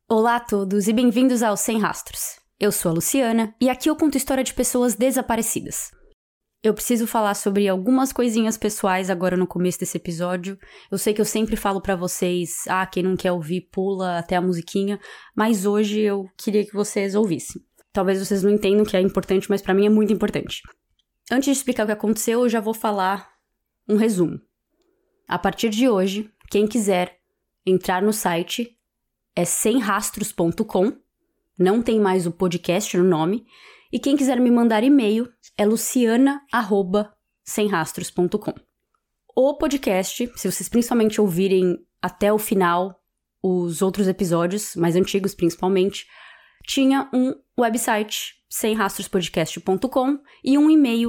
Olá a todos e bem-vindos ao Sem Rastros. Eu sou a Luciana e aqui eu conto história de pessoas desaparecidas. Eu preciso falar sobre algumas coisinhas pessoais agora no começo desse episódio. Eu sei que eu sempre falo pra vocês, quem não quer ouvir pula até a musiquinha, mas hoje eu queria que vocês ouvissem. Talvez vocês não entendam que é importante, mas pra mim é muito importante. Antes de explicar o que aconteceu, eu já vou falar um resumo. A partir de hoje, quem quiser entrar no site é semrastros.com, não tem mais o podcast no nome, e quem quiser me mandar e-mail é luciana@semrastros.com. O podcast, se vocês principalmente ouvirem até o final os outros episódios, mais antigos principalmente, tinha um website, semrastrospodcast.com, e um e-mail,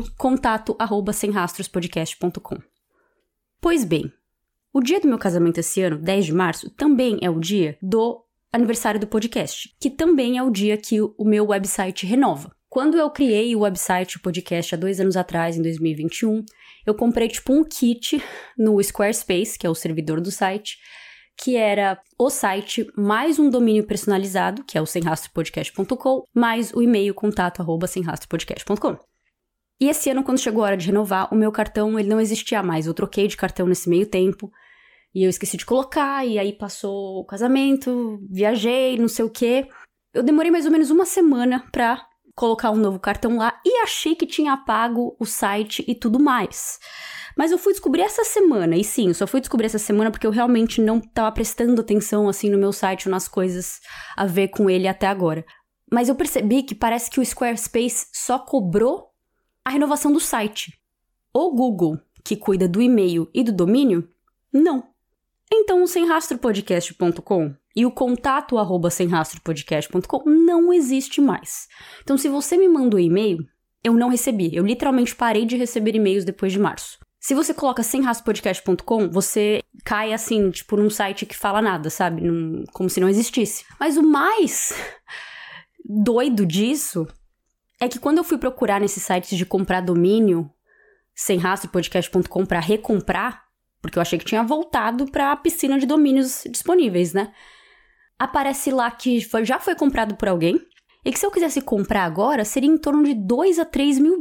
contato@semrastrospodcast.com. Pois bem, o dia do meu casamento esse ano, 10 de março, também é o dia do aniversário do podcast, que também é o dia que o meu website renova. Quando eu criei o website, o podcast, há 2 anos atrás, em 2021, eu comprei um kit no Squarespace, que é o servidor do site, que era o site mais um domínio personalizado, que é o semrastropodcast.com, mais o e-mail contato@semrastropodcast.com. E esse ano, quando chegou a hora de renovar, o meu cartão ele não existia mais. Eu troquei de cartão nesse meio tempo. E eu esqueci de colocar, e aí passou o casamento, viajei, não sei o quê. Eu demorei mais ou menos uma semana pra colocar um novo cartão lá e achei que tinha apago o site e tudo mais. Mas eu fui descobrir essa semana, e sim, eu só fui descobrir essa semana porque eu realmente não tava prestando atenção, assim, no meu site ou nas coisas a ver com ele até agora. Mas eu percebi que parece que o Squarespace só cobrou a renovação do site. O Google, que cuida do e-mail e do domínio, não. Então o semrastropodcast.com e o contato@semrastropodcast.com não existe mais. Então se você me mandou e-mail, eu não recebi. Eu literalmente parei de receber e-mails depois de março. Se você coloca semrastropodcast.com, você cai assim, num site que fala nada, sabe? Como se não existisse. Mas o mais doido disso é que quando eu fui procurar nesses sites de comprar domínio, semrastropodcast.com pra recomprar, porque eu achei que tinha voltado para a piscina de domínios disponíveis, né? Aparece lá que já foi comprado por alguém, e que se eu quisesse comprar agora, seria em torno de $2 a 3 mil.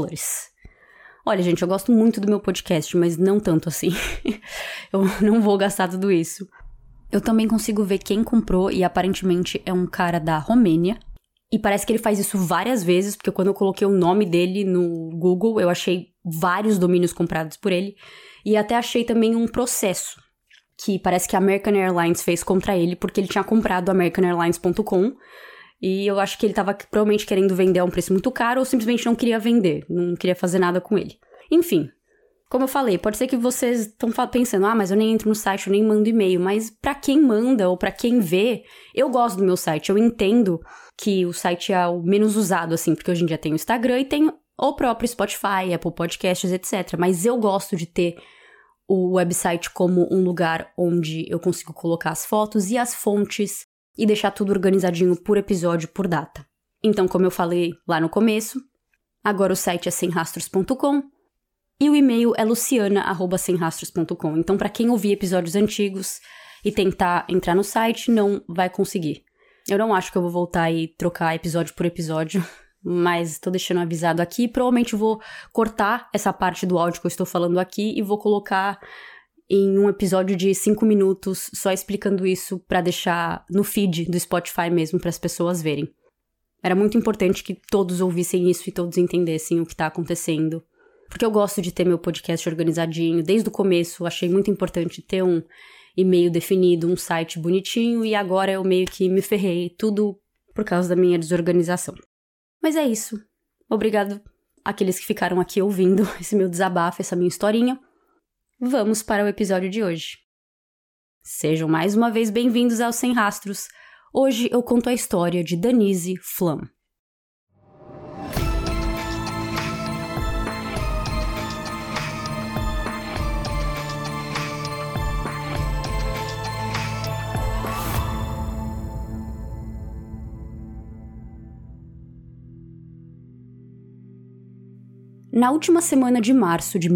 Olha, gente, eu gosto muito do meu podcast, mas não tanto assim. Eu não vou gastar tudo isso. Eu também consigo ver quem comprou, e aparentemente é um cara da Romênia. E parece que ele faz isso várias vezes, porque quando eu coloquei o nome dele no Google, eu achei vários domínios comprados por ele. E até achei também um processo, que parece que a American Airlines fez contra ele, porque ele tinha comprado americanairlines.com, e eu acho que ele tava provavelmente querendo vender a um preço muito caro, ou simplesmente não queria vender, não queria fazer nada com ele. Enfim, como eu falei, pode ser que vocês estão pensando, mas eu nem entro no site, eu nem mando e-mail, mas pra quem manda, ou pra quem vê, eu gosto do meu site, eu entendo que o site é o menos usado, assim, porque hoje em dia tem o Instagram e tem o próprio Spotify, Apple Podcasts, etc. Mas eu gosto de ter o website como um lugar onde eu consigo colocar as fotos e as fontes e deixar tudo organizadinho por episódio, por data. Então, como eu falei lá no começo, agora o site é semrastros.com e o e-mail é luciana@semrastros.com. Então, para quem ouvir episódios antigos e tentar entrar no site, não vai conseguir. Eu não acho que eu vou voltar e trocar episódio por episódio, mas tô deixando avisado aqui. Provavelmente vou cortar essa parte do áudio que eu estou falando aqui e vou colocar em um episódio de 5 minutos só explicando isso pra deixar no feed do Spotify mesmo, para as pessoas verem. Era muito importante que todos ouvissem isso e todos entendessem o que tá acontecendo. Porque eu gosto de ter meu podcast organizadinho. Desde o começo, achei muito importante ter um e-mail definido, um site bonitinho, e agora eu meio que me ferrei, tudo por causa da minha desorganização. Mas é isso. Obrigado àqueles que ficaram aqui ouvindo esse meu desabafo, essa minha historinha. Vamos para o episódio de hoje. Sejam mais uma vez bem-vindos ao Sem Rastros. Hoje eu conto a história de Danise Flam. Na última semana de março de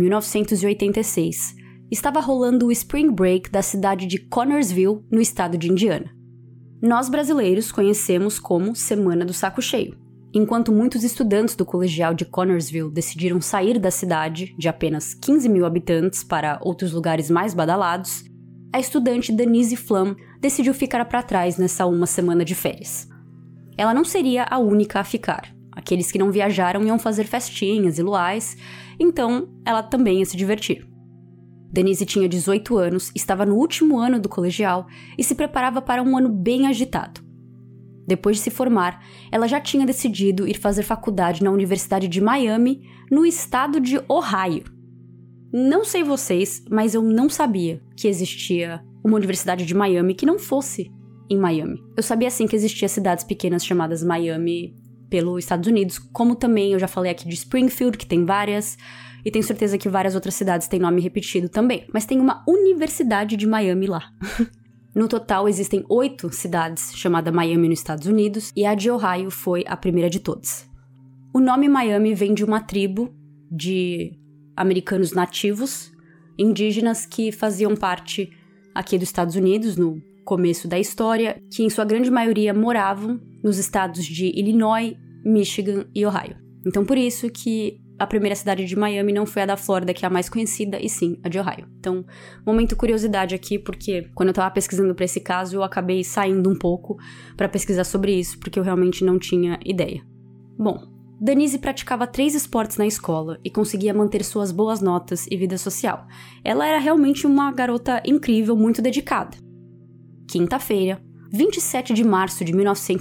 1986, estava rolando o Spring Break da cidade de Connersville, no estado de Indiana. Nós brasileiros conhecemos como Semana do Saco Cheio. Enquanto muitos estudantes do colegial de Connersville decidiram sair da cidade, de apenas 15 mil habitantes, para outros lugares mais badalados, a estudante Denise Flam decidiu ficar para trás nessa uma semana de férias. Ela não seria a única a ficar. Aqueles que não viajaram iam fazer festinhas e luais, então ela também ia se divertir. Denise tinha 18 anos, estava no último ano do colegial e se preparava para um ano bem agitado. Depois de se formar, ela já tinha decidido ir fazer faculdade na Universidade de Miami, no estado de Ohio. Não sei vocês, mas eu não sabia que existia uma Universidade de Miami que não fosse em Miami. Eu sabia sim que existiam cidades pequenas chamadas Miami pelos Estados Unidos, como também eu já falei aqui de Springfield, que tem várias, e tenho certeza que várias outras cidades têm nome repetido também. Mas tem uma Universidade de Miami lá. No total, existem 8 cidades chamadas Miami nos Estados Unidos, e a de Ohio foi a primeira de todas. O nome Miami vem de uma tribo de americanos nativos, indígenas, que faziam parte aqui dos Estados Unidos, no começo da história, que em sua grande maioria moravam nos estados de Illinois, Michigan e Ohio. Então, por isso que a primeira cidade de Miami não foi a da Flórida, que é a mais conhecida, e sim a de Ohio. Então, momento curiosidade aqui, porque quando eu tava pesquisando pra esse caso, eu acabei saindo um pouco pra pesquisar sobre isso, porque eu realmente não tinha ideia. Bom, Denise praticava 3 esportes na escola e conseguia manter suas boas notas e vida social. Ela era realmente uma garota incrível, muito dedicada. Quinta-feira, 27 de março de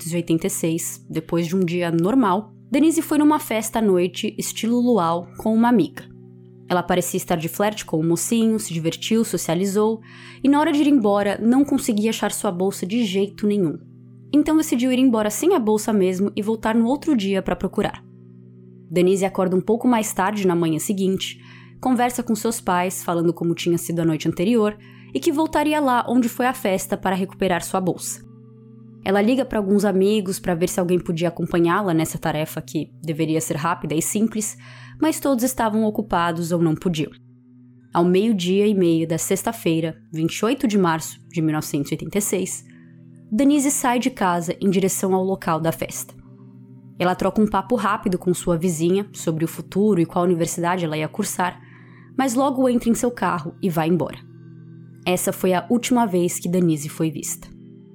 1986, depois de um dia normal, Denise foi numa festa à noite, estilo luau, com uma amiga. Ela parecia estar de flerte com o mocinho, se divertiu, socializou, e na hora de ir embora, não conseguia achar sua bolsa de jeito nenhum. Então decidiu ir embora sem a bolsa mesmo e voltar no outro dia para procurar. Denise acorda um pouco mais tarde na manhã seguinte, conversa com seus pais, falando como tinha sido a noite anterior, e que voltaria lá onde foi a festa para recuperar sua bolsa. Ela liga para alguns amigos para ver se alguém podia acompanhá-la nessa tarefa que deveria ser rápida e simples, mas todos estavam ocupados ou não podiam. Ao 12:30 da sexta-feira, 28 de março de 1986, Denise sai de casa em direção ao local da festa. Ela troca um papo rápido com sua vizinha sobre o futuro e qual universidade ela ia cursar, mas logo entra em seu carro e vai embora. Essa foi a última vez que Denise foi vista.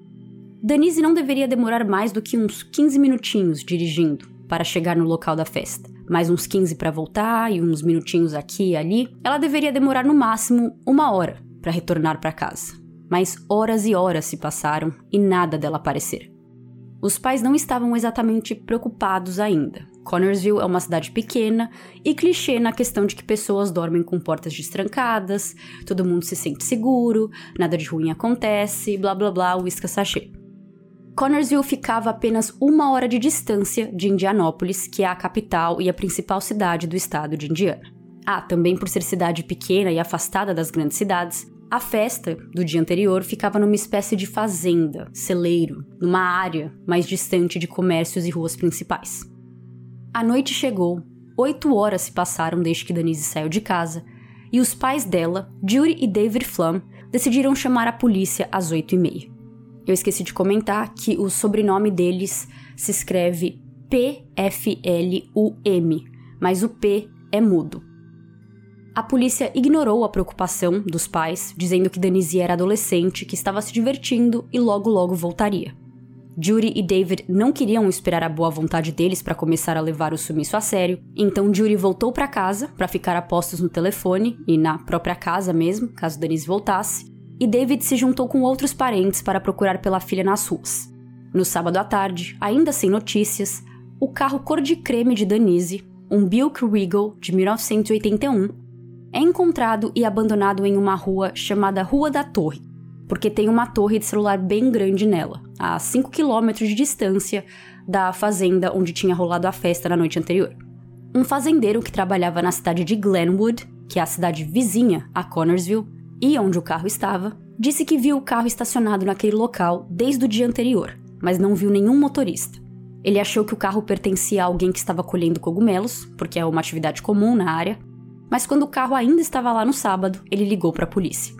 Denise não deveria demorar mais do que uns 15 minutinhos dirigindo para chegar no local da festa. Mais uns 15 para voltar e uns minutinhos aqui e ali. Ela deveria demorar no máximo 1 hora para retornar para casa. Mas horas e horas se passaram e nada dela aparecer. Os pais não estavam exatamente preocupados ainda. Connersville é uma cidade pequena e clichê na questão de que pessoas dormem com portas destrancadas, todo mundo se sente seguro, nada de ruim acontece, blá blá blá, uísca sachê. Connersville ficava a apenas 1 hora de distância de Indianápolis, que é a capital e a principal cidade do estado de Indiana. Também por ser cidade pequena e afastada das grandes cidades, a festa do dia anterior ficava numa espécie de fazenda, celeiro, numa área mais distante de comércios e ruas principais. A noite chegou, 8 horas se passaram desde que Denise saiu de casa, e os pais dela, Judy e David Flam, decidiram chamar a polícia às 8:30. Eu esqueci de comentar que o sobrenome deles se escreve P-F-L-U-M, mas o P é mudo. A polícia ignorou a preocupação dos pais, dizendo que Denise era adolescente, que estava se divertindo e logo voltaria. Judy e David não queriam esperar a boa vontade deles para começar a levar o sumiço a sério, então Judy voltou para casa para ficar a postos no telefone e na própria casa mesmo, caso Denise voltasse, e David se juntou com outros parentes para procurar pela filha nas ruas. No sábado à tarde, ainda sem notícias, o carro cor de creme de Denise, um Buick Regal de 1981, é encontrado e abandonado em uma rua chamada Rua da Torre, porque tem uma torre de celular bem grande nela, a 5 km de distância da fazenda onde tinha rolado a festa na noite anterior. Um fazendeiro que trabalhava na cidade de Glenwood, que é a cidade vizinha a Connersville, e onde o carro estava, disse que viu o carro estacionado naquele local desde o dia anterior, mas não viu nenhum motorista. Ele achou que o carro pertencia a alguém que estava colhendo cogumelos, porque é uma atividade comum na área, mas quando o carro ainda estava lá no sábado, ele ligou para a polícia.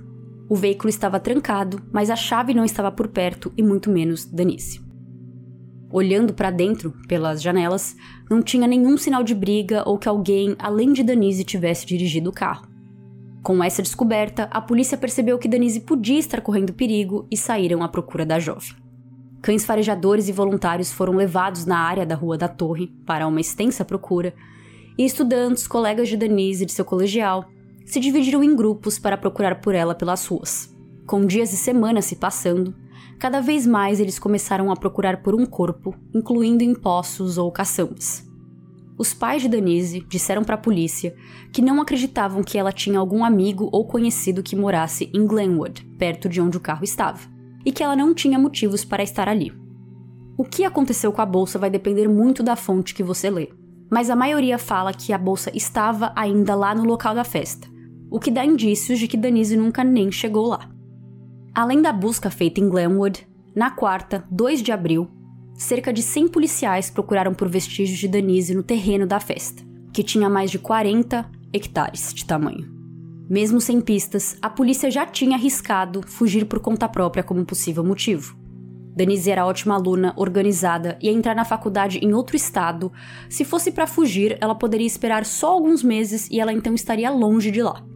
O veículo estava trancado, mas a chave não estava por perto e muito menos Denise. Olhando para dentro, pelas janelas, não tinha nenhum sinal de briga ou que alguém, além de Denise, tivesse dirigido o carro. Com essa descoberta, a polícia percebeu que Denise podia estar correndo perigo e saíram à procura da jovem. Cães farejadores e voluntários foram levados na área da Rua da Torre para uma extensa procura, e estudantes, colegas de Denise e de seu colegial, se dividiram em grupos para procurar por ela pelas ruas. Com dias e semanas se passando, cada vez mais eles começaram a procurar por um corpo, incluindo em poços ou caçambas. Os pais de Denise disseram para a polícia que não acreditavam que ela tinha algum amigo ou conhecido que morasse em Glenwood, perto de onde o carro estava, e que ela não tinha motivos para estar ali. O que aconteceu com a bolsa vai depender muito da fonte que você lê, mas a maioria fala que a bolsa estava ainda lá no local da festa, o que dá indícios de que Denise nunca nem chegou lá. Além da busca feita em Glenwood, na quarta, 2 de abril, cerca de 100 policiais procuraram por vestígios de Denise no terreno da festa, que tinha mais de 40 hectares de tamanho. Mesmo sem pistas, a polícia já tinha arriscado fugir por conta própria como possível motivo. Denise era ótima aluna, organizada e ia entrar na faculdade em outro estado. Se fosse para fugir, ela poderia esperar só alguns meses e ela então estaria longe de lá.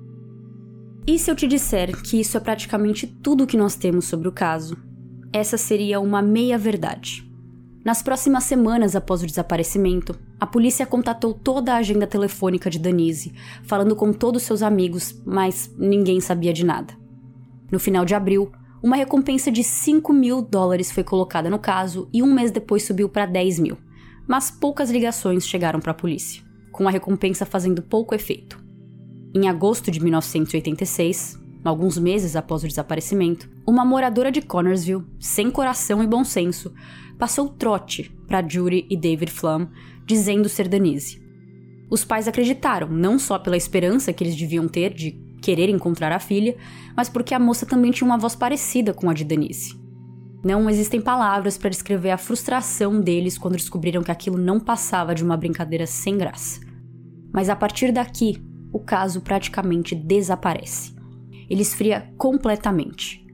E se eu te disser que isso é praticamente tudo o que nós temos sobre o caso? Essa seria uma meia-verdade. Nas próximas semanas após o desaparecimento, a polícia contatou toda a agenda telefônica de Denise, falando com todos seus amigos, mas ninguém sabia de nada. No final de abril, uma recompensa de $5.000 foi colocada no caso e um mês depois subiu para 10 mil, mas poucas ligações chegaram para a polícia, com a recompensa fazendo pouco efeito. Em agosto de 1986, alguns meses após o desaparecimento, uma moradora de Connersville, sem coração e bom senso, passou trote para Judy e David Flum, dizendo ser Denise. Os pais acreditaram, não só pela esperança que eles deviam ter de querer encontrar a filha, mas porque a moça também tinha uma voz parecida com a de Denise. Não existem palavras para descrever a frustração deles quando descobriram que aquilo não passava de uma brincadeira sem graça. Mas a partir daqui, o caso praticamente desaparece. Ele esfria completamente.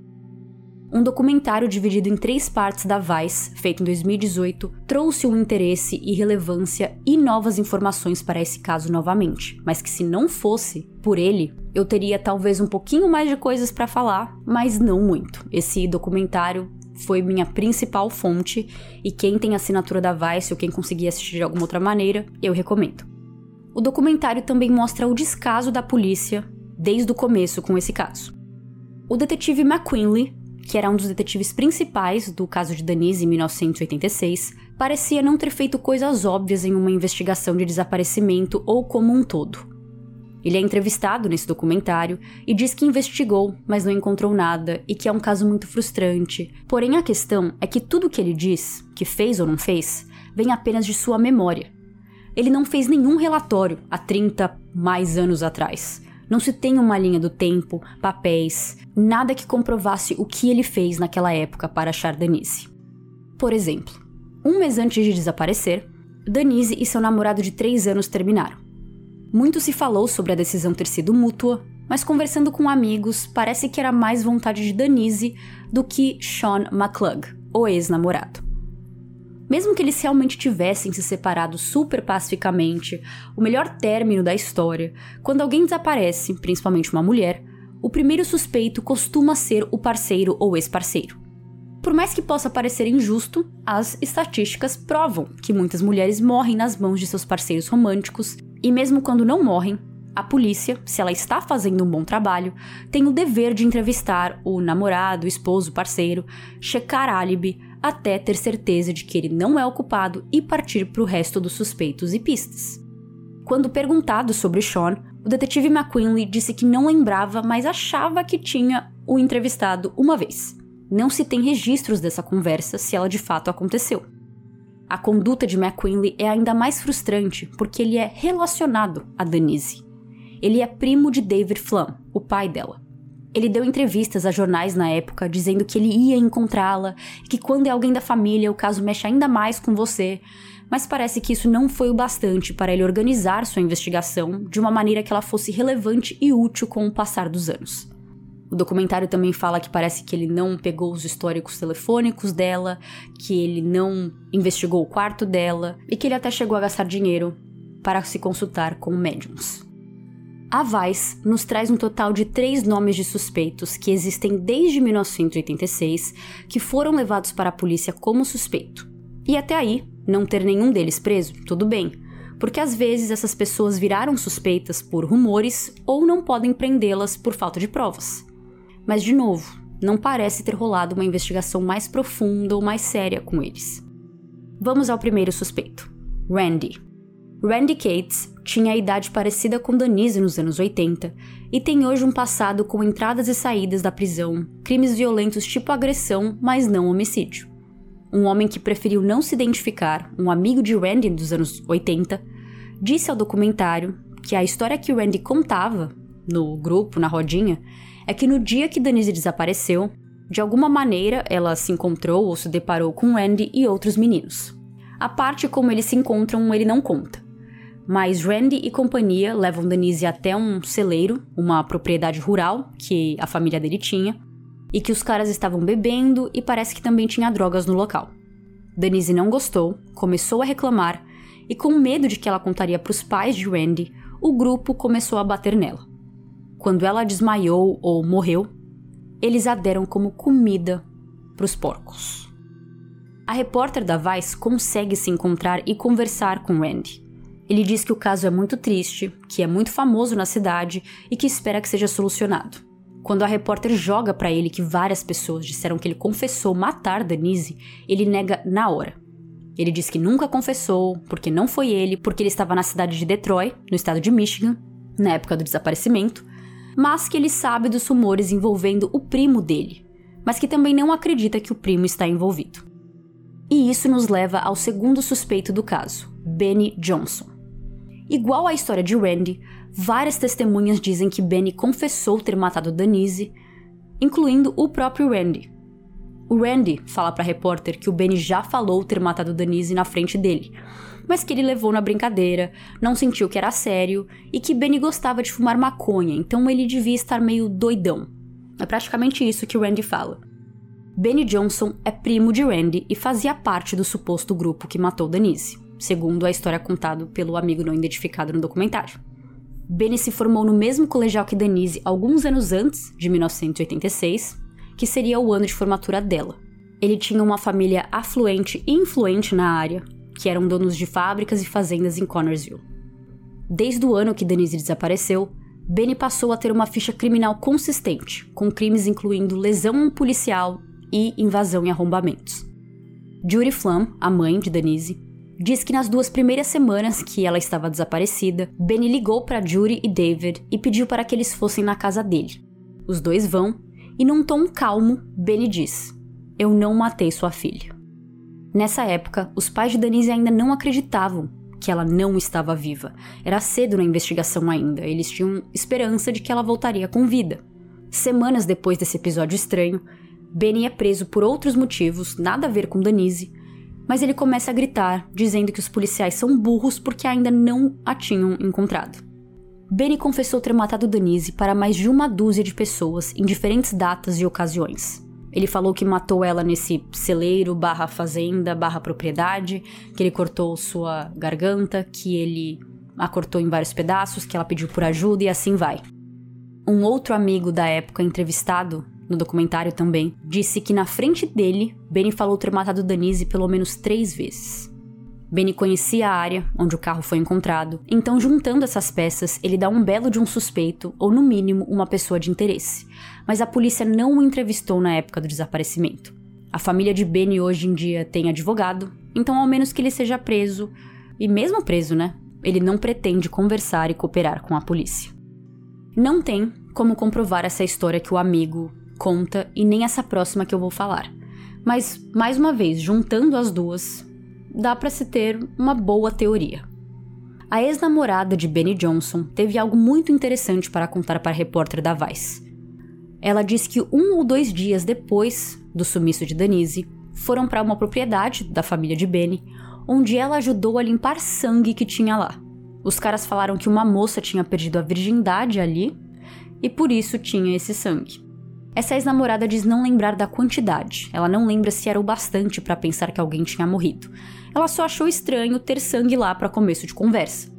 Um documentário dividido em 3 partes da Vice, feito em 2018, trouxe um interesse e relevância e novas informações para esse caso novamente, mas que se não fosse por ele, eu teria talvez um pouquinho mais de coisas para falar, mas não muito. Esse documentário foi minha principal fonte e quem tem assinatura da Vice ou quem conseguir assistir de alguma outra maneira, eu recomendo. O documentário também mostra o descaso da polícia desde o começo com esse caso. O detetive McQuinley, que era um dos detetives principais do caso de Denise em 1986, parecia não ter feito coisas óbvias em uma investigação de desaparecimento ou como um todo. Ele é entrevistado nesse documentário e diz que investigou, mas não encontrou nada e que é um caso muito frustrante. Porém, a questão é que tudo que ele diz, que fez ou não fez, vem apenas de sua memória. Ele não fez nenhum relatório há 30 mais anos atrás. Não se tem uma linha do tempo, papéis, nada que comprovasse o que ele fez naquela época para achar Denise. Por exemplo, um mês antes de desaparecer, Denise e seu namorado de 3 anos terminaram. Muito se falou sobre a decisão ter sido mútua, mas conversando com amigos, parece que era mais vontade de Denise do que Sean McClug, o ex-namorado. Mesmo que eles realmente tivessem se separado super pacificamente, o melhor término da história, quando alguém desaparece, principalmente uma mulher, o primeiro suspeito costuma ser o parceiro ou ex-parceiro. Por mais que possa parecer injusto, as estatísticas provam que muitas mulheres morrem nas mãos de seus parceiros românticos, e mesmo quando não morrem, a polícia, se ela está fazendo um bom trabalho, tem o dever de entrevistar o namorado, esposo, parceiro, checar álibi, até ter certeza de que ele não é o culpado e partir para o resto dos suspeitos e pistas. Quando perguntado sobre Sean, o detetive McQuinley disse que não lembrava, mas achava que tinha o entrevistado uma vez. Não se tem registros dessa conversa se ela de fato aconteceu. A conduta de McQuinley é ainda mais frustrante porque ele é relacionado a Denise. Ele é primo de David Flum, o pai dela. Ele deu entrevistas a jornais na época dizendo que ele ia encontrá-la e que quando é alguém da família o caso mexe ainda mais com você, mas parece que isso não foi o bastante para ele organizar sua investigação de uma maneira que ela fosse relevante e útil com o passar dos anos. O documentário também fala que parece que ele não pegou os históricos telefônicos dela, que ele não investigou o quarto dela e que ele até chegou a gastar dinheiro para se consultar com médiums. A Vice nos traz um total de 3 nomes de suspeitos que existem desde 1986 que foram levados para a polícia como suspeito. E até aí, não ter nenhum deles preso, tudo bem, porque às vezes essas pessoas viraram suspeitas por rumores ou não podem prendê-las por falta de provas. Mas, de novo, não parece ter rolado uma investigação mais profunda ou mais séria com eles. Vamos ao primeiro suspeito, Randy. Randy Cates tinha a idade parecida com Denise nos anos 80 e tem hoje um passado com entradas e saídas da prisão, crimes violentos tipo agressão, mas não homicídio. Um homem que preferiu não se identificar, um amigo de Randy dos anos 80, disse ao documentário que a história que Randy contava no grupo, na rodinha, é que no dia que Denise desapareceu, de alguma maneira ela se encontrou ou se deparou com Randy e outros meninos. A parte como eles se encontram ele não conta. Mas Randy e companhia levam Denise até um celeiro, uma propriedade rural que a família dele tinha, e que os caras estavam bebendo e parece que também tinha drogas no local. Denise não gostou, começou a reclamar e com medo de que ela contaria para os pais de Randy, o grupo começou a bater nela. Quando ela desmaiou ou morreu, eles a deram como comida para os porcos. A repórter da Vice consegue se encontrar e conversar com Randy. Ele diz que o caso é muito triste, que é muito famoso na cidade e que espera que seja solucionado. Quando a repórter joga para ele que várias pessoas disseram que ele confessou matar Denise, ele nega na hora. Ele diz que nunca confessou, porque não foi ele, porque ele estava na cidade de Detroit, no estado de Michigan, na época do desaparecimento, mas que ele sabe dos rumores envolvendo o primo dele, mas que também não acredita que o primo está envolvido. E isso nos leva ao segundo suspeito do caso, Benny Johnson. Igual à história de Randy, várias testemunhas dizem que Benny confessou ter matado Denise, incluindo o próprio Randy. O Randy fala para a repórter que o Benny já falou ter matado Denise na frente dele, mas que ele levou na brincadeira, não sentiu que era sério e que Benny gostava de fumar maconha, então ele devia estar meio doidão. É praticamente isso que o Randy fala. Benny Johnson é primo de Randy e fazia parte do suposto grupo que matou Denise, segundo a história contada pelo amigo não identificado no documentário. Benny se formou no mesmo colegial que Denise alguns anos antes, de 1986, que seria o ano de formatura dela. Ele tinha uma família afluente e influente na área, que eram donos de fábricas e fazendas em Connersville. Desde o ano que Denise desapareceu, Benny passou a ter uma ficha criminal consistente, com crimes incluindo lesão a um policial e invasão e arrombamentos. Judy Flum, a mãe de Denise, diz que nas 2 primeiras semanas que ela estava desaparecida, Benny ligou para Judy e David e pediu para que eles fossem na casa dele. Os dois vão, e num tom calmo, Benny diz: "Eu não matei sua filha." Nessa época, os pais de Denise ainda não acreditavam que ela não estava viva. Era cedo na investigação ainda, eles tinham esperança de que ela voltaria com vida. Semanas depois desse episódio estranho, Benny é preso por outros motivos, nada a ver com Denise, mas ele começa a gritar, dizendo que os policiais são burros porque ainda não a tinham encontrado. Benny confessou ter matado Denise para mais de 1 dúzia de pessoas em diferentes datas e ocasiões. Ele falou que matou ela nesse celeiro / fazenda / propriedade, que ele cortou sua garganta, que ele a cortou em vários pedaços, que ela pediu por ajuda e assim vai. Um outro amigo da época entrevistado no documentário também, disse que na frente dele, Benny falou ter matado Denise pelo menos 3 vezes. Benny conhecia a área onde o carro foi encontrado, então juntando essas peças, ele dá um belo de um suspeito, ou no mínimo, uma pessoa de interesse. Mas a polícia não o entrevistou na época do desaparecimento. A família de Benny hoje em dia tem advogado, então ao menos que ele seja preso, e mesmo preso, né, ele não pretende conversar e cooperar com a polícia. Não tem como comprovar essa história que o amigo conta e nem essa próxima que eu vou falar. Mas, mais uma vez, juntando as duas, dá pra se ter uma boa teoria. A ex-namorada de Benny Johnson teve algo muito interessante para contar para a repórter da Vice. Ela disse que 1 ou 2 dias depois do sumiço de Denise, foram para uma propriedade da família de Benny, onde ela ajudou a limpar sangue que tinha lá. Os caras falaram que uma moça tinha perdido a virgindade ali, e por isso tinha esse sangue. Essa ex-namorada diz não lembrar da quantidade. Ela não lembra se era o bastante pra pensar que alguém tinha morrido. Ela só achou estranho ter sangue lá pra começo de conversa.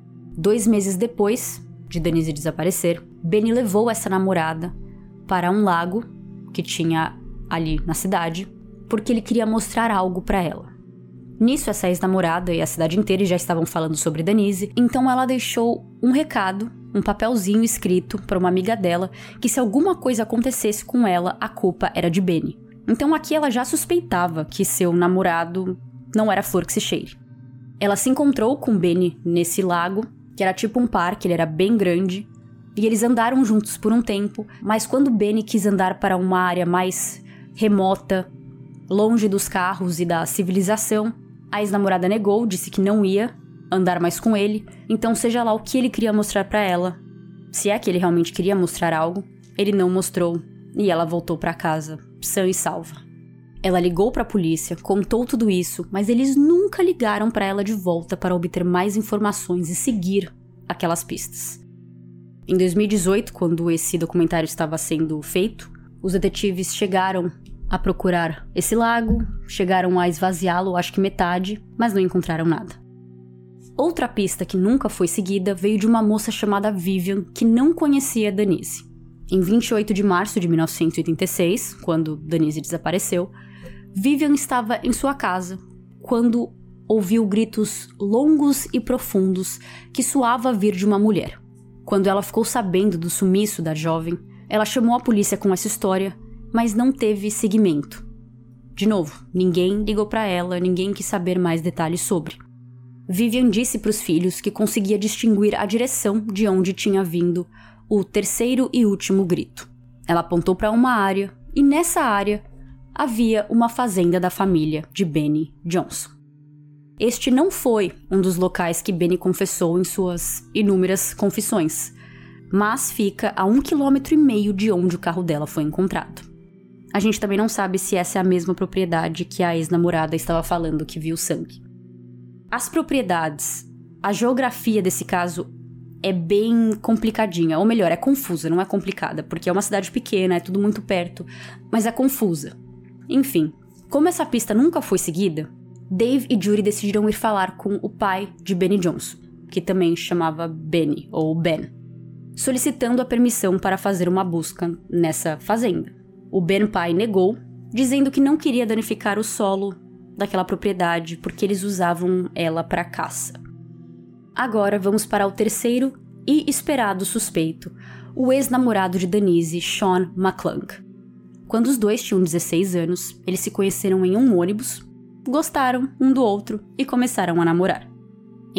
2 meses depois de Denise desaparecer, Benny levou essa namorada para um lago que tinha ali na cidade, porque ele queria mostrar algo pra ela. Nisso, essa ex-namorada e a cidade inteira já estavam falando sobre Denise, então ela deixou um recado, um papelzinho escrito para uma amiga dela, que se alguma coisa acontecesse com ela, a culpa era de Benny. Então aqui ela já suspeitava que seu namorado não era flor que se cheire. Ela se encontrou com Benny nesse lago, que era tipo um parque, ele era bem grande, e eles andaram juntos por um tempo, mas quando Benny quis andar para uma área mais remota, longe dos carros e da civilização, a ex-namorada negou, disse que não ia andar mais com ele, então seja lá o que ele queria mostrar pra ela, se é que ele realmente queria mostrar algo, ele não mostrou e ela voltou pra casa, sã e salva. Ela ligou pra polícia, contou tudo isso, mas eles nunca ligaram pra ela de volta para obter mais informações e seguir aquelas pistas. Em 2018, quando esse documentário estava sendo feito, os detetives chegaram a procurar esse lago, chegaram a esvaziá-lo, acho que metade, mas não encontraram nada. Outra pista que nunca foi seguida veio de uma moça chamada Vivian, que não conhecia Denise. Em 28 de março de 1986, quando Denise desapareceu, Vivian estava em sua casa quando ouviu gritos longos e profundos que soava vir de uma mulher. Quando ela ficou sabendo do sumiço da jovem, ela chamou a polícia com essa história, mas não teve seguimento. De novo, ninguém ligou para ela, ninguém quis saber mais detalhes sobre. Vivian disse para os filhos que conseguia distinguir a direção de onde tinha vindo o terceiro e último grito. Ela apontou para uma área, e nessa área havia uma fazenda da família de Benny Johnson. Este não foi um dos locais que Benny confessou em suas inúmeras confissões, mas fica a 1,5 km de onde o carro dela foi encontrado. A gente também não sabe se essa é a mesma propriedade que a ex-namorada estava falando que viu sangue. As propriedades, a geografia desse caso é bem complicadinha, ou melhor, é confusa, não é complicada, porque é uma cidade pequena, é tudo muito perto, mas é confusa. Enfim, como essa pista nunca foi seguida, Dave e Judy decidiram ir falar com o pai de Benny Johnson, que também chamava Benny, ou Ben, solicitando a permissão para fazer uma busca nessa fazenda. O Ben pai negou, dizendo que não queria danificar o solo daquela propriedade porque eles usavam ela para caça. Agora vamos para o terceiro e esperado suspeito, o ex-namorado de Denise, Sean McClung. Quando os dois tinham 16 anos, eles se conheceram em um ônibus, gostaram um do outro e começaram a namorar. Em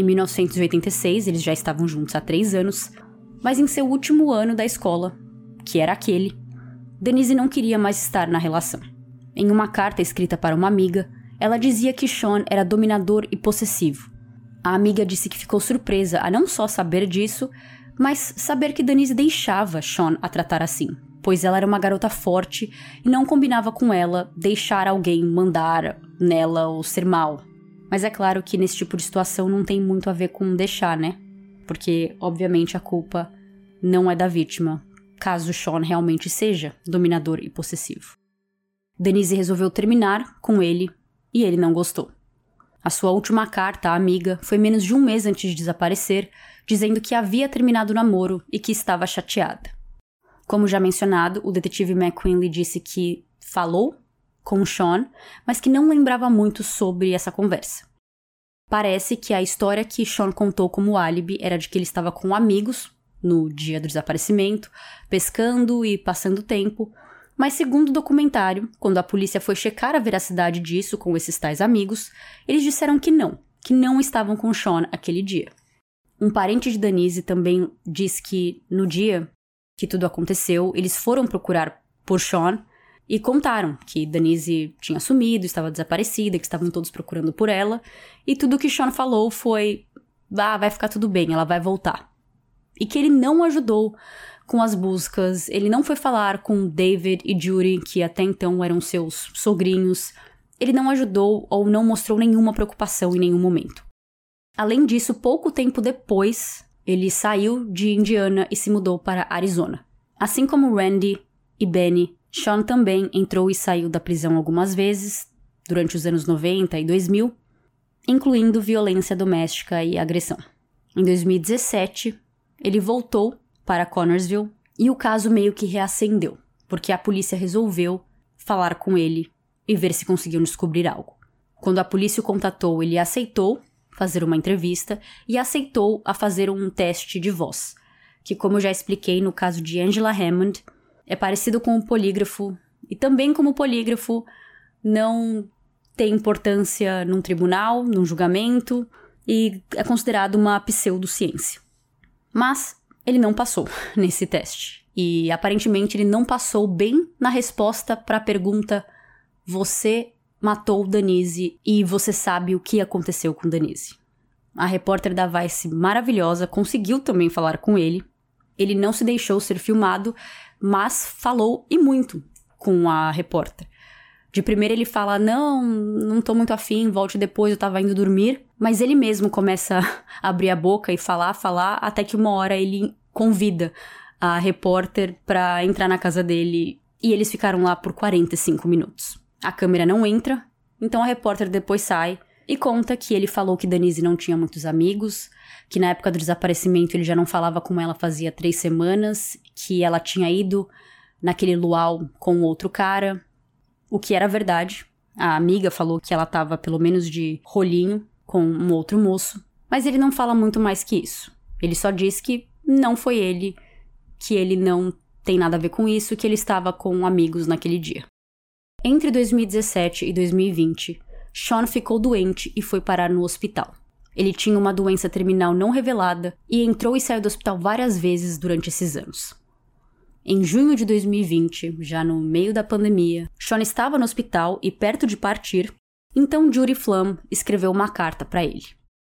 1986, eles já estavam juntos há 3 anos, mas em seu último ano da escola, que era aquele, Denise não queria mais estar na relação. Em uma carta escrita para uma amiga, ela dizia que Sean era dominador e possessivo. A amiga disse que ficou surpresa a não só saber disso, mas saber que Denise deixava Sean a tratar assim, pois ela era uma garota forte e não combinava com ela deixar alguém mandar nela ou ser mal. Mas é claro que nesse tipo de situação não tem muito a ver com deixar, né? Porque, obviamente, a culpa não é da vítima, caso Sean realmente seja dominador e possessivo. Denise resolveu terminar com ele e ele não gostou. A sua última carta à amiga foi menos de 1 mês antes de desaparecer, dizendo que havia terminado o namoro e que estava chateada. Como já mencionado, o detetive McQuinley disse que falou com Sean, mas que não lembrava muito sobre essa conversa. Parece que a história que Sean contou como álibi era de que ele estava com amigos no dia do desaparecimento, pescando e passando tempo, mas segundo o documentário, quando a polícia foi checar a veracidade disso com esses tais amigos, eles disseram que não estavam com Sean aquele dia. Um parente de Denise também diz que no dia que tudo aconteceu, eles foram procurar por Sean e contaram que Denise tinha sumido, estava desaparecida, que estavam todos procurando por ela, e tudo que Sean falou foi: vai ficar tudo bem, ela vai voltar. E que ele não ajudou com as buscas, ele não foi falar com David e Judy, que até então eram seus sogrinhos, ele não ajudou ou não mostrou nenhuma preocupação em nenhum momento. Além disso, pouco tempo depois, ele saiu de Indiana e se mudou para Arizona. Assim como Randy e Benny, Sean também entrou e saiu da prisão algumas vezes, durante os anos 90 e 2000, incluindo violência doméstica e agressão. Em 2017, ele voltou para Connersville e o caso meio que reacendeu, porque a polícia resolveu falar com ele e ver se conseguiam descobrir algo. Quando a polícia o contatou, ele aceitou fazer uma entrevista e aceitou a fazer um teste de voz, que, como eu já expliquei no caso de Angela Hammond, é parecido com o polígrafo e também como o polígrafo não tem importância num tribunal, num julgamento e é considerado uma pseudociência. Mas ele não passou nesse teste e aparentemente ele não passou bem na resposta para a pergunta: você matou Denise e você sabe o que aconteceu com Denise? A repórter da Vice maravilhosa conseguiu também falar com ele. Ele não se deixou ser filmado, mas falou e muito com a repórter. De primeira ele fala, não tô muito afim, volte depois, eu tava indo dormir. Mas ele mesmo começa a abrir a boca e falar, até que uma hora ele convida a repórter pra entrar na casa dele e eles ficaram lá por 45 minutos. A câmera não entra, então a repórter depois sai e conta que ele falou que Denise não tinha muitos amigos, que na época do desaparecimento ele já não falava com ela fazia 3 semanas, que ela tinha ido naquele luau com outro cara, o que era verdade. A amiga falou que ela tava pelo menos de rolinho com um outro moço, mas ele não fala muito mais que isso. Ele só diz que não foi ele, que ele não tem nada a ver com isso, que ele estava com amigos naquele dia. Entre 2017 e 2020, Sean ficou doente e foi parar no hospital. Ele tinha uma doença terminal não revelada e entrou e saiu do hospital várias vezes durante esses anos. Em junho de 2020, já no meio da pandemia, Sean estava no hospital e perto de partir, então Judy Flum escreveu uma carta para ele.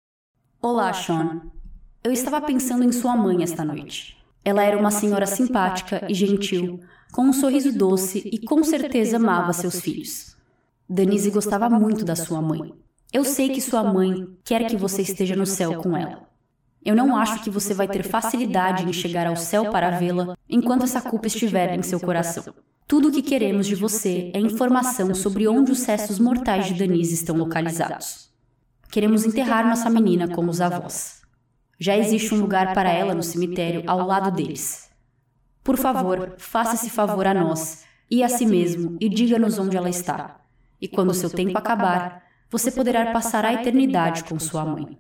Olá, Sean. Eu estava pensando em sua mãe esta noite. Ela era uma senhora simpática e gentil, com um sorriso doce e com certeza amava seus filhos. Denise gostava muito da sua mãe. Eu sei que sua mãe quer que você esteja no céu com ela. Eu não acho que você vai ter facilidade em chegar ao céu para vê-la enquanto essa culpa estiver em seu coração. Tudo o que queremos de você é informação sobre onde os restos mortais de Denise estão localizados. Queremos enterrar nossa menina com os avós. Já existe um lugar para ela no cemitério ao lado deles. Por favor, faça esse favor a nós e a si mesmo e diga-nos onde ela está. E quando seu tempo acabar, você poderá passar a eternidade com sua mãe.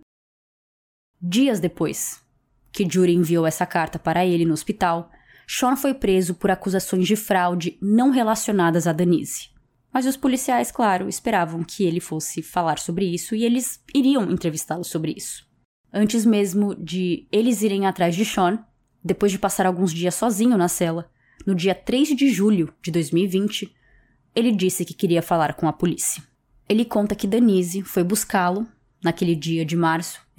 Dias depois que Judy enviou essa carta para ele no hospital, Sean foi preso por acusações de fraude não relacionadas a Denise. Mas os policiais, claro, esperavam que ele fosse falar sobre isso e eles iriam entrevistá-lo sobre isso. Antes mesmo de eles irem atrás de Sean, depois de passar alguns dias sozinho na cela, no dia 3 de julho de 2020, ele disse que queria falar com a polícia. Ele conta que Denise foi buscá-lo naquele dia de março de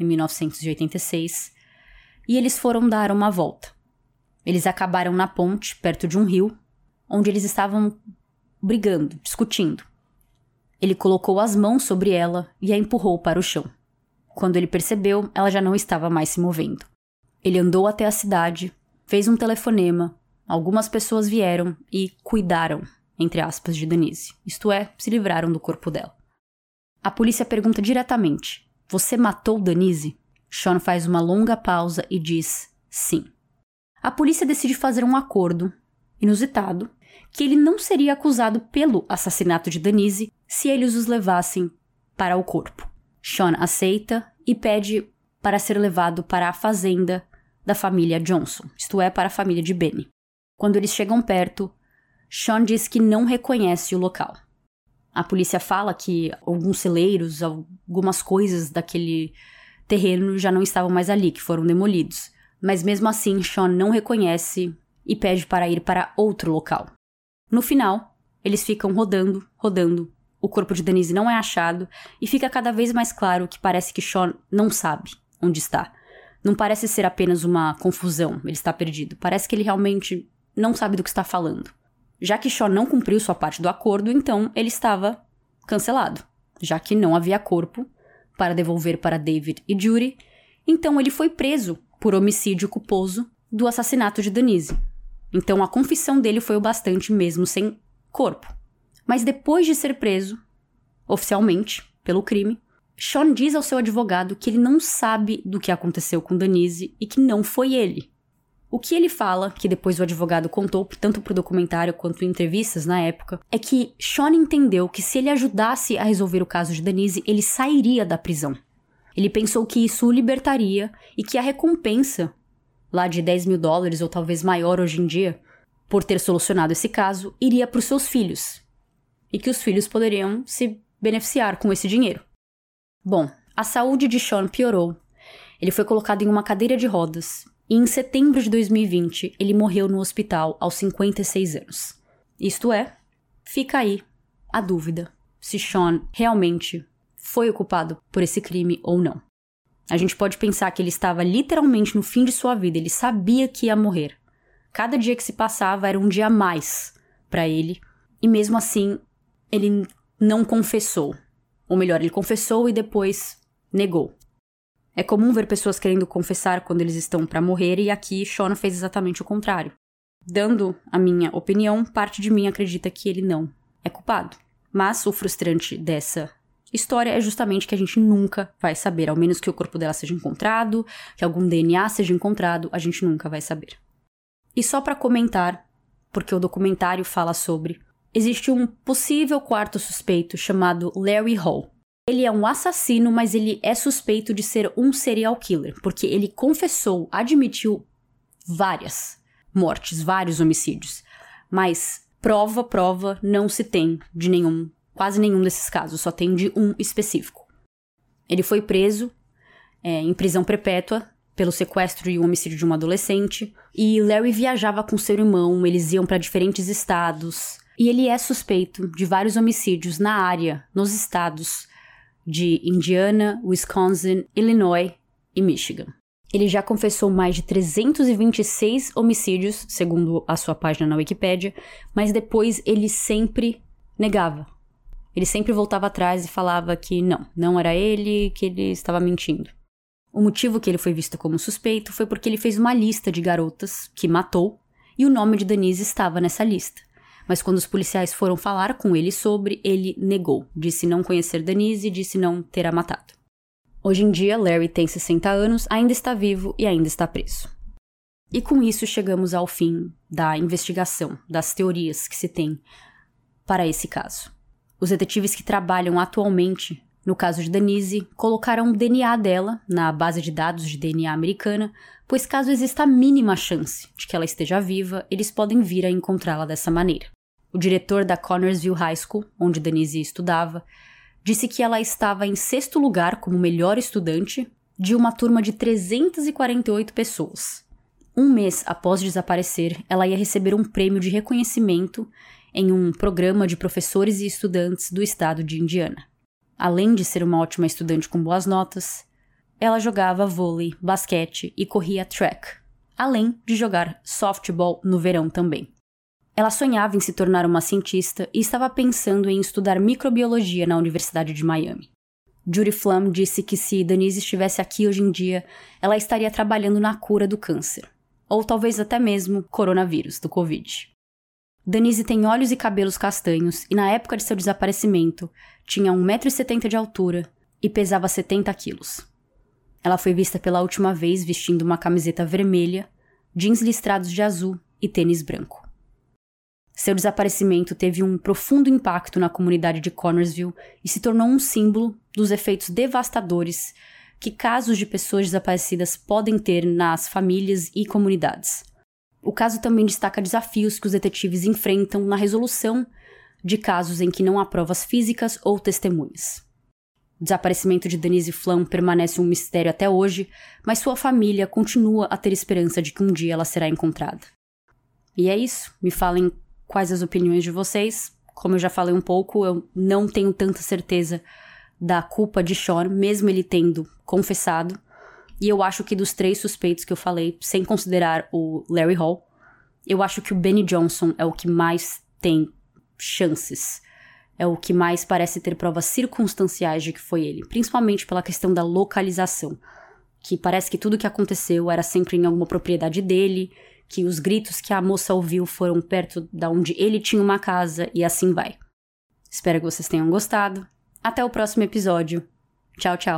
1986 e eles foram dar uma volta. Eles acabaram na ponte, perto de um rio, onde eles estavam brigando, discutindo. Ele colocou as mãos sobre ela e a empurrou para o chão. Quando ele percebeu, ela já não estava mais se movendo. Ele andou até a cidade, fez um telefonema, algumas pessoas vieram e cuidaram, entre aspas, de Denise. Isto é, se livraram do corpo dela. A polícia pergunta diretamente, você matou Denise? Sean faz uma longa pausa e diz, sim. A polícia decide fazer um acordo, inusitado, que ele não seria acusado pelo assassinato de Denise se eles os levassem para o corpo. Sean aceita e pede para ser levado para a fazenda da família Johnson, isto é, para a família de Benny. Quando eles chegam perto, Sean diz que não reconhece o local. A polícia fala que alguns celeiros, algumas coisas daquele terreno já não estavam mais ali, que foram demolidos. Mas mesmo assim, Sean não reconhece e pede para ir para outro local. No final, eles ficam rodando. O corpo de Denise não é achado e fica cada vez mais claro que parece que Sean não sabe onde está. Não parece ser apenas uma confusão, ele está perdido. Parece que ele realmente não sabe do que está falando. Já que Sean não cumpriu sua parte do acordo, então ele estava cancelado. Já que não havia corpo para devolver para David e Judy, então ele foi preso por homicídio culposo do assassinato de Denise. Então a confissão dele foi o bastante mesmo sem corpo. Mas depois de ser preso, oficialmente, pelo crime, Sean diz ao seu advogado que ele não sabe do que aconteceu com Denise e que não foi ele. O que ele fala, que depois o advogado contou tanto pro documentário quanto em entrevistas na época, é que Sean entendeu que se ele ajudasse a resolver o caso de Denise, ele sairia da prisão. Ele pensou que isso o libertaria e que a recompensa, lá de $10.000 ou talvez maior hoje em dia, por ter solucionado esse caso, iria para os seus filhos. E que os filhos poderiam se beneficiar com esse dinheiro. Bom, a saúde de Sean piorou. Ele foi colocado em uma cadeira de rodas. E em setembro de 2020, ele morreu no hospital aos 56 anos. Isto é, fica aí a dúvida se Sean realmente foi o culpado por esse crime ou não. A gente pode pensar que ele estava literalmente no fim de sua vida, ele sabia que ia morrer. Cada dia que se passava era um dia a mais para ele, e mesmo assim, ele não confessou. Ou melhor, ele confessou e depois negou. É comum ver pessoas querendo confessar quando eles estão para morrer, e aqui Sean fez exatamente o contrário. Dando a minha opinião, parte de mim acredita que ele não é culpado. Mas o frustrante dessa história é justamente que a gente nunca vai saber, ao menos que o corpo dela seja encontrado, que algum DNA seja encontrado, a gente nunca vai saber. E só para comentar, porque o documentário fala sobre, existe um possível quarto suspeito chamado Larry Hall. Ele é um assassino, mas ele é suspeito de ser um serial killer, porque ele confessou, admitiu várias mortes, vários homicídios. Mas prova não se tem de quase nenhum desses casos, só tem de um específico. Ele foi preso em prisão perpétua pelo sequestro e o homicídio de uma adolescente, e Larry viajava com seu irmão, eles iam para diferentes estados, e ele é suspeito de vários homicídios na área, nos estados de Indiana, Wisconsin, Illinois e Michigan. Ele já confessou mais de 326 homicídios, segundo a sua página na Wikipédia, mas depois ele sempre negava. Ele sempre voltava atrás e falava que não era ele, que ele estava mentindo. O motivo que ele foi visto como suspeito foi porque ele fez uma lista de garotas que matou e o nome de Denise estava nessa lista. Mas quando os policiais foram falar com ele sobre, ele negou. Disse não conhecer Denise e disse não ter a matado. Hoje em dia, Larry tem 60 anos, ainda está vivo e ainda está preso. E com isso chegamos ao fim da investigação, das teorias que se tem para esse caso. Os detetives que trabalham atualmente no caso de Denise colocaram o DNA dela na base de dados de DNA americana, pois caso exista a mínima chance de que ela esteja viva, eles podem vir a encontrá-la dessa maneira. O diretor da Connersville High School, onde Denise estudava, disse que ela estava em 6º lugar como melhor estudante de uma turma de 348 pessoas. Um mês após desaparecer, ela ia receber um prêmio de reconhecimento em um programa de professores e estudantes do estado de Indiana. Além de ser uma ótima estudante com boas notas, ela jogava vôlei, basquete e corria track, além de jogar softball no verão também. Ela sonhava em se tornar uma cientista e estava pensando em estudar microbiologia na Universidade de Miami. Judy Flum disse que se Denise estivesse aqui hoje em dia, ela estaria trabalhando na cura do câncer, ou talvez até mesmo coronavírus, do Covid. Denise tem olhos e cabelos castanhos e na época de seu desaparecimento tinha 1,70 m de altura e pesava 70 quilos. Ela foi vista pela última vez vestindo uma camiseta vermelha, jeans listrados de azul e tênis branco. Seu desaparecimento teve um profundo impacto na comunidade de Connersville e se tornou um símbolo dos efeitos devastadores que casos de pessoas desaparecidas podem ter nas famílias e comunidades. O caso também destaca desafios que os detetives enfrentam na resolução de casos em que não há provas físicas ou testemunhas. O desaparecimento de Denise Flum permanece um mistério até hoje, mas sua família continua a ter esperança de que um dia ela será encontrada. E é isso. Me falem quais as opiniões de vocês. Como eu já falei um pouco, eu não tenho tanta certeza da culpa de Sean, mesmo ele tendo confessado. E eu acho que dos 3 suspeitos que eu falei, sem considerar o Larry Hall, eu acho que o Benny Johnson é o que mais tem chances. É o que mais parece ter provas circunstanciais de que foi ele. Principalmente pela questão da localização. Que parece que tudo que aconteceu era sempre em alguma propriedade dele, que os gritos que a moça ouviu foram perto da onde ele tinha uma casa e assim vai. Espero que vocês tenham gostado. Até o próximo episódio. Tchau, tchau.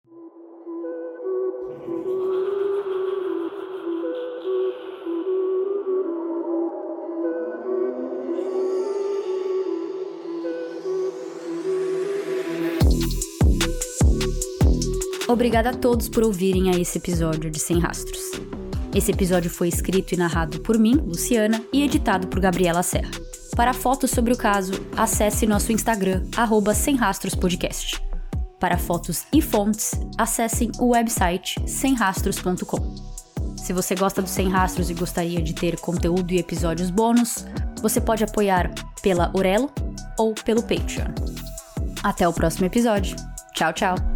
Obrigada a todos por ouvirem a esse episódio de Sem Rastros. Esse episódio foi escrito e narrado por mim, Luciana, e editado por Gabriela Serra. Para fotos sobre o caso, acesse nosso Instagram, @semrastrospodcast. Para fotos e fontes, acessem o website semrastros.com. Se você gosta do Sem Rastros e gostaria de ter conteúdo e episódios bônus, você pode apoiar pela Orelo ou pelo Patreon. Até o próximo episódio. Tchau, tchau!